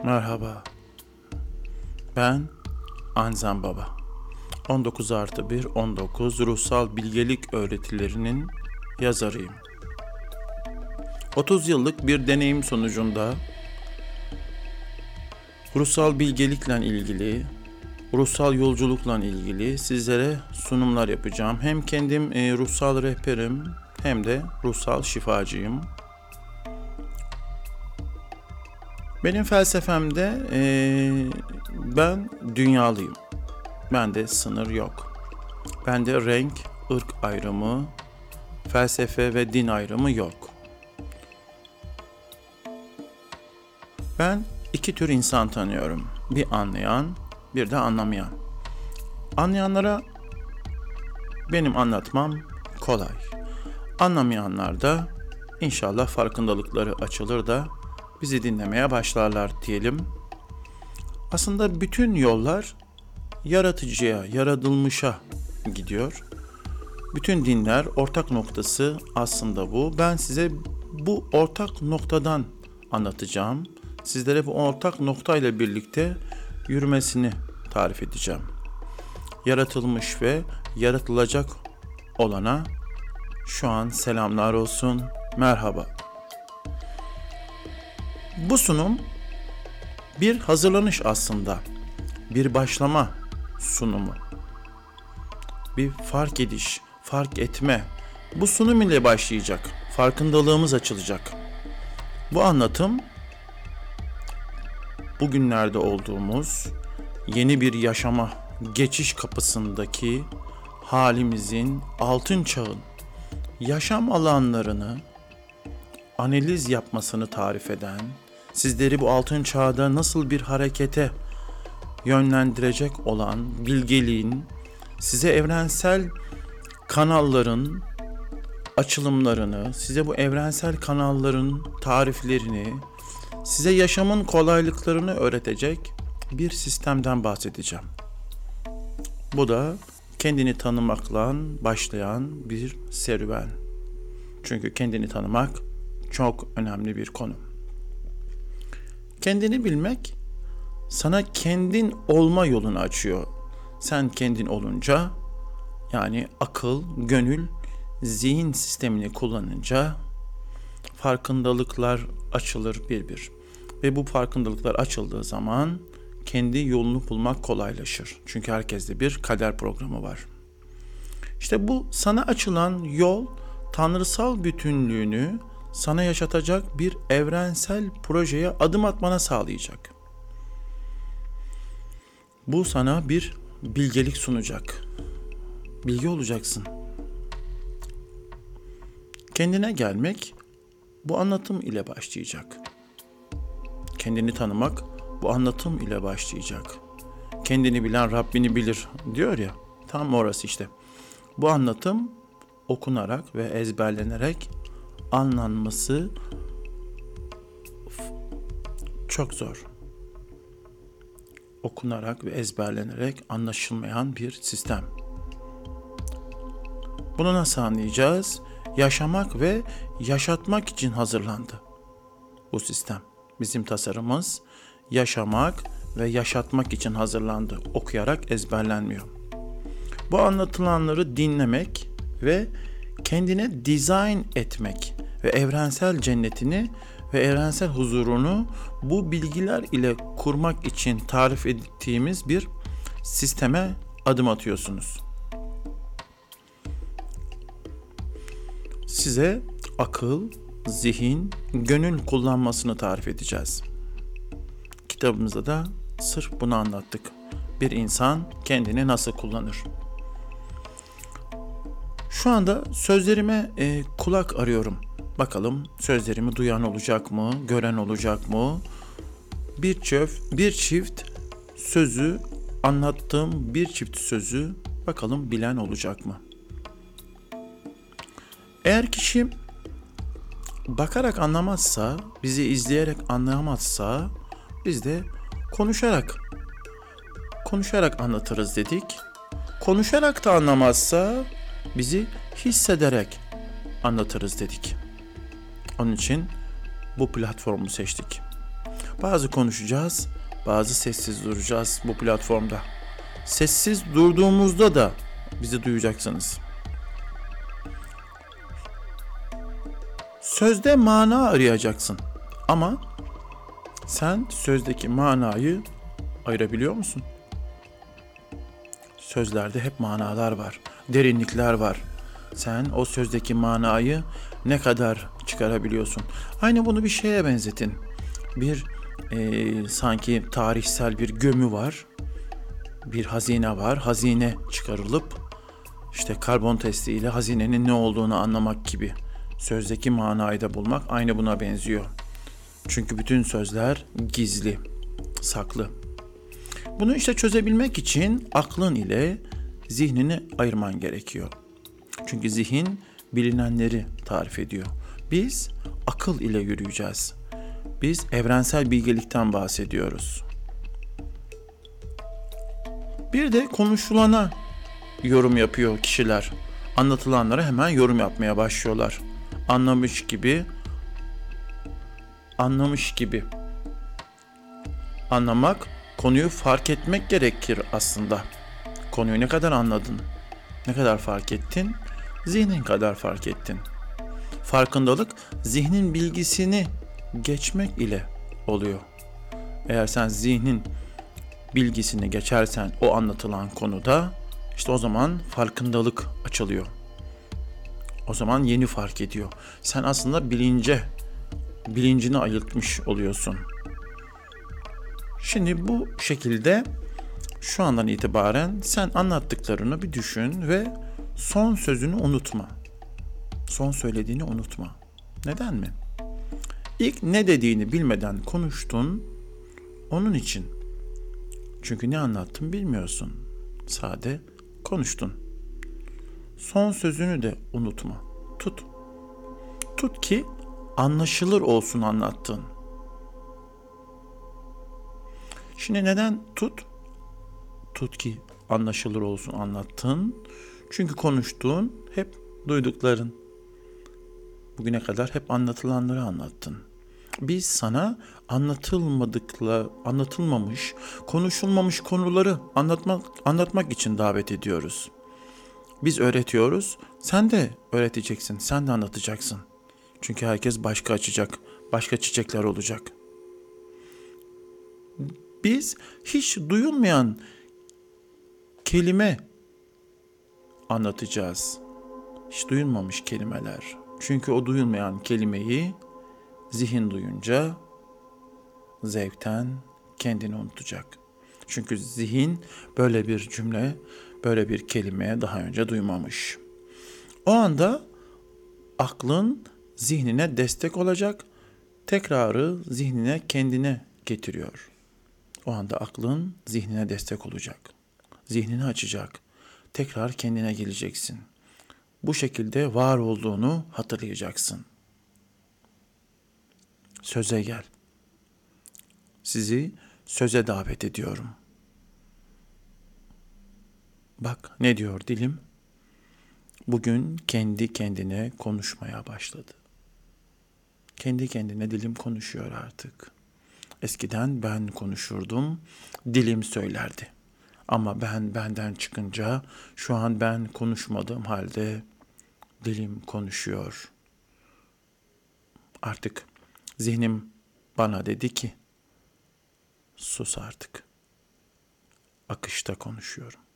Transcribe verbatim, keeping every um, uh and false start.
Merhaba, ben Anzen Baba. on dokuz artı bir on dokuz ruhsal bilgelik öğretilerinin yazarıyım. otuz yıllık bir deneyim sonucunda ruhsal bilgelikle ilgili, ruhsal yolculukla ilgili sizlere sunumlar yapacağım. Hem kendim e, ruhsal rehberim hem de ruhsal şifacıyım. Benim felsefemde e, ben dünyalıyım. Bende sınır yok. Bende renk, ırk ayrımı, felsefe ve din ayrımı yok. Ben iki tür insan tanıyorum. Bir anlayan, bir de anlamayan. Anlayanlara benim anlatmam kolay. Anlamayanlar da inşallah farkındalıkları açılır da bizi dinlemeye başlarlar diyelim. Aslında bütün yollar yaratıcıya, yaratılmışa gidiyor. Bütün dinler ortak noktası aslında bu. Ben size bu ortak noktadan anlatacağım. Sizlere bu ortak noktayla birlikte yürümesini tarif edeceğim. Yaratılmış ve yaratılacak olana şu an selamlar olsun, merhaba. Bu sunum bir hazırlanış aslında, bir başlama sunumu, bir fark ediş, fark etme. Bu sunum ile başlayacak, farkındalığımız açılacak. Bu anlatım, bugünlerde olduğumuz yeni bir yaşama geçiş kapısındaki halimizin, altın çağın yaşam alanlarını analiz yapmasını tarif eden, sizleri bu altın çağda nasıl bir harekete yönlendirecek olan bilgeliğin, size evrensel kanalların açılımlarını, size bu evrensel kanalların tariflerini, size yaşamın kolaylıklarını öğretecek bir sistemden bahsedeceğim. Bu da kendini tanımakla başlayan bir serüven. Çünkü kendini tanımak çok önemli bir konu. Kendini bilmek sana kendin olma yolunu açıyor. Sen kendin olunca, yani akıl, gönül, zihin sistemini kullanınca farkındalıklar açılır bir bir. Ve bu farkındalıklar açıldığı zaman kendi yolunu bulmak kolaylaşır. Çünkü herkeste bir kader programı var. İşte bu sana açılan yol, tanrısal bütünlüğünü sana yaşatacak bir evrensel projeye adım atmana sağlayacak. Bu sana bir bilgelik sunacak. Bilgi olacaksın. Kendine gelmek bu anlatım ile başlayacak. Kendini tanımak bu anlatım ile başlayacak. Kendini bilen Rabbini bilir diyor ya, tam orası işte. Bu anlatım okunarak ve ezberlenerek anlanması çok zor. Okunarak ve ezberlenerek anlaşılmayan bir sistem. Bunu nasıl anlayacağız? Yaşamak ve yaşatmak için hazırlandı bu sistem. Bizim tasarımımız yaşamak ve yaşatmak için hazırlandı. Okuyarak ezberlenmiyor. Bu anlatılanları dinlemek ve kendine dizayn etmek ve evrensel cennetini ve evrensel huzurunu bu bilgiler ile kurmak için tarif ettiğimiz bir sisteme adım atıyorsunuz. Size akıl, zihin, gönül kullanmasını tarif edeceğiz. Kitabımızda da sırf bunu anlattık. Bir insan kendini nasıl kullanır? Şu anda sözlerime e, kulak arıyorum. Bakalım sözlerimi duyan olacak mı, gören olacak mı? Bir çift, bir çift sözü, anlattığım bir çift sözü bakalım bilen olacak mı? Eğer kişi bakarak anlamazsa, bizi izleyerek anlayamazsa biz de konuşarak konuşarak anlatırız dedik. Konuşarak da anlamazsa bizi hissederek anlatırız dedik. Onun için bu platformu seçtik. Bazı konuşacağız, bazı sessiz duracağız bu platformda. Sessiz durduğumuzda da bizi duyacaksınız. Sözde mana arayacaksın. Ama sen sözdeki manayı ayırabiliyor musun? Sözlerde hep manalar var, derinlikler var. Sen o sözdeki manayı ne kadar çıkarabiliyorsun? Aynı bunu bir şeye benzetin. Bir e, sanki tarihsel bir gömü var, bir hazine var. Hazine çıkarılıp işte karbon testiyle hazinenin ne olduğunu anlamak gibi. Sözdeki manayı da bulmak aynı buna benziyor. Çünkü bütün sözler gizli, saklı. Bunu işte çözebilmek için aklın ile zihnini ayırman gerekiyor. Çünkü zihin bilinenleri tarif ediyor. Biz akıl ile yürüyeceğiz. Biz evrensel bilgelikten bahsediyoruz. Bir de konuşulana yorum yapıyor kişiler. Anlatılanlara hemen yorum yapmaya başlıyorlar. Anlamış gibi, anlamış gibi. Anlamak, konuyu fark etmek gerekir aslında. Konuyu ne kadar anladın, ne kadar fark ettin, zihnin kadar fark ettin. Farkındalık, zihnin bilgisini geçmek ile oluyor. Eğer sen zihnin bilgisini geçersen o anlatılan konuda, işte o zaman farkındalık açılıyor. O zaman yeni fark ediyor. Sen aslında bilince, bilincini ayıltmış oluyorsun. Şimdi bu şekilde şu andan itibaren sen anlattıklarını bir düşün ve son sözünü unutma. Son söylediğini unutma. Neden mi? İlk ne dediğini bilmeden konuştun, onun için. Çünkü ne anlattın bilmiyorsun. Sade konuştun. Son sözünü de unutma. Tut. Tut ki anlaşılır olsun anlattığın. Şimdi neden tut? Tut ki anlaşılır olsun anlattığın. Çünkü konuştuğun hep duydukların. Bugüne kadar hep anlatılanları anlattın. Biz sana anlatılmadıkla, anlatılmamış, konuşulmamış konuları anlatmak, anlatmak için davet ediyoruz. Biz öğretiyoruz, sen de öğreteceksin, sen de anlatacaksın. Çünkü herkes başka açacak, başka çiçekler olacak. Biz hiç duyulmayan kelime anlatacağız. Hiç duyulmamış kelimeler. Çünkü o duyulmayan kelimeyi zihin duyunca zevkten kendini unutacak. Çünkü zihin böyle bir cümle, böyle bir kelimeye daha önce duymamış. O anda aklın zihnine destek olacak, tekrarı zihnine kendine getiriyor. O anda aklın zihnine destek olacak. Zihnini açacak. Tekrar kendine geleceksin. Bu şekilde var olduğunu hatırlayacaksın. Söze gel. Sizi söze davet ediyorum. Bak ne diyor dilim? Bugün kendi kendine konuşmaya başladı. Kendi kendine dilim konuşuyor artık. Eskiden ben konuşurdum, dilim söylerdi. Ama ben benden çıkınca şu an ben konuşmadığım halde dilim konuşuyor. Artık zihnim bana dedi ki sus artık. Akışta konuşuyorum.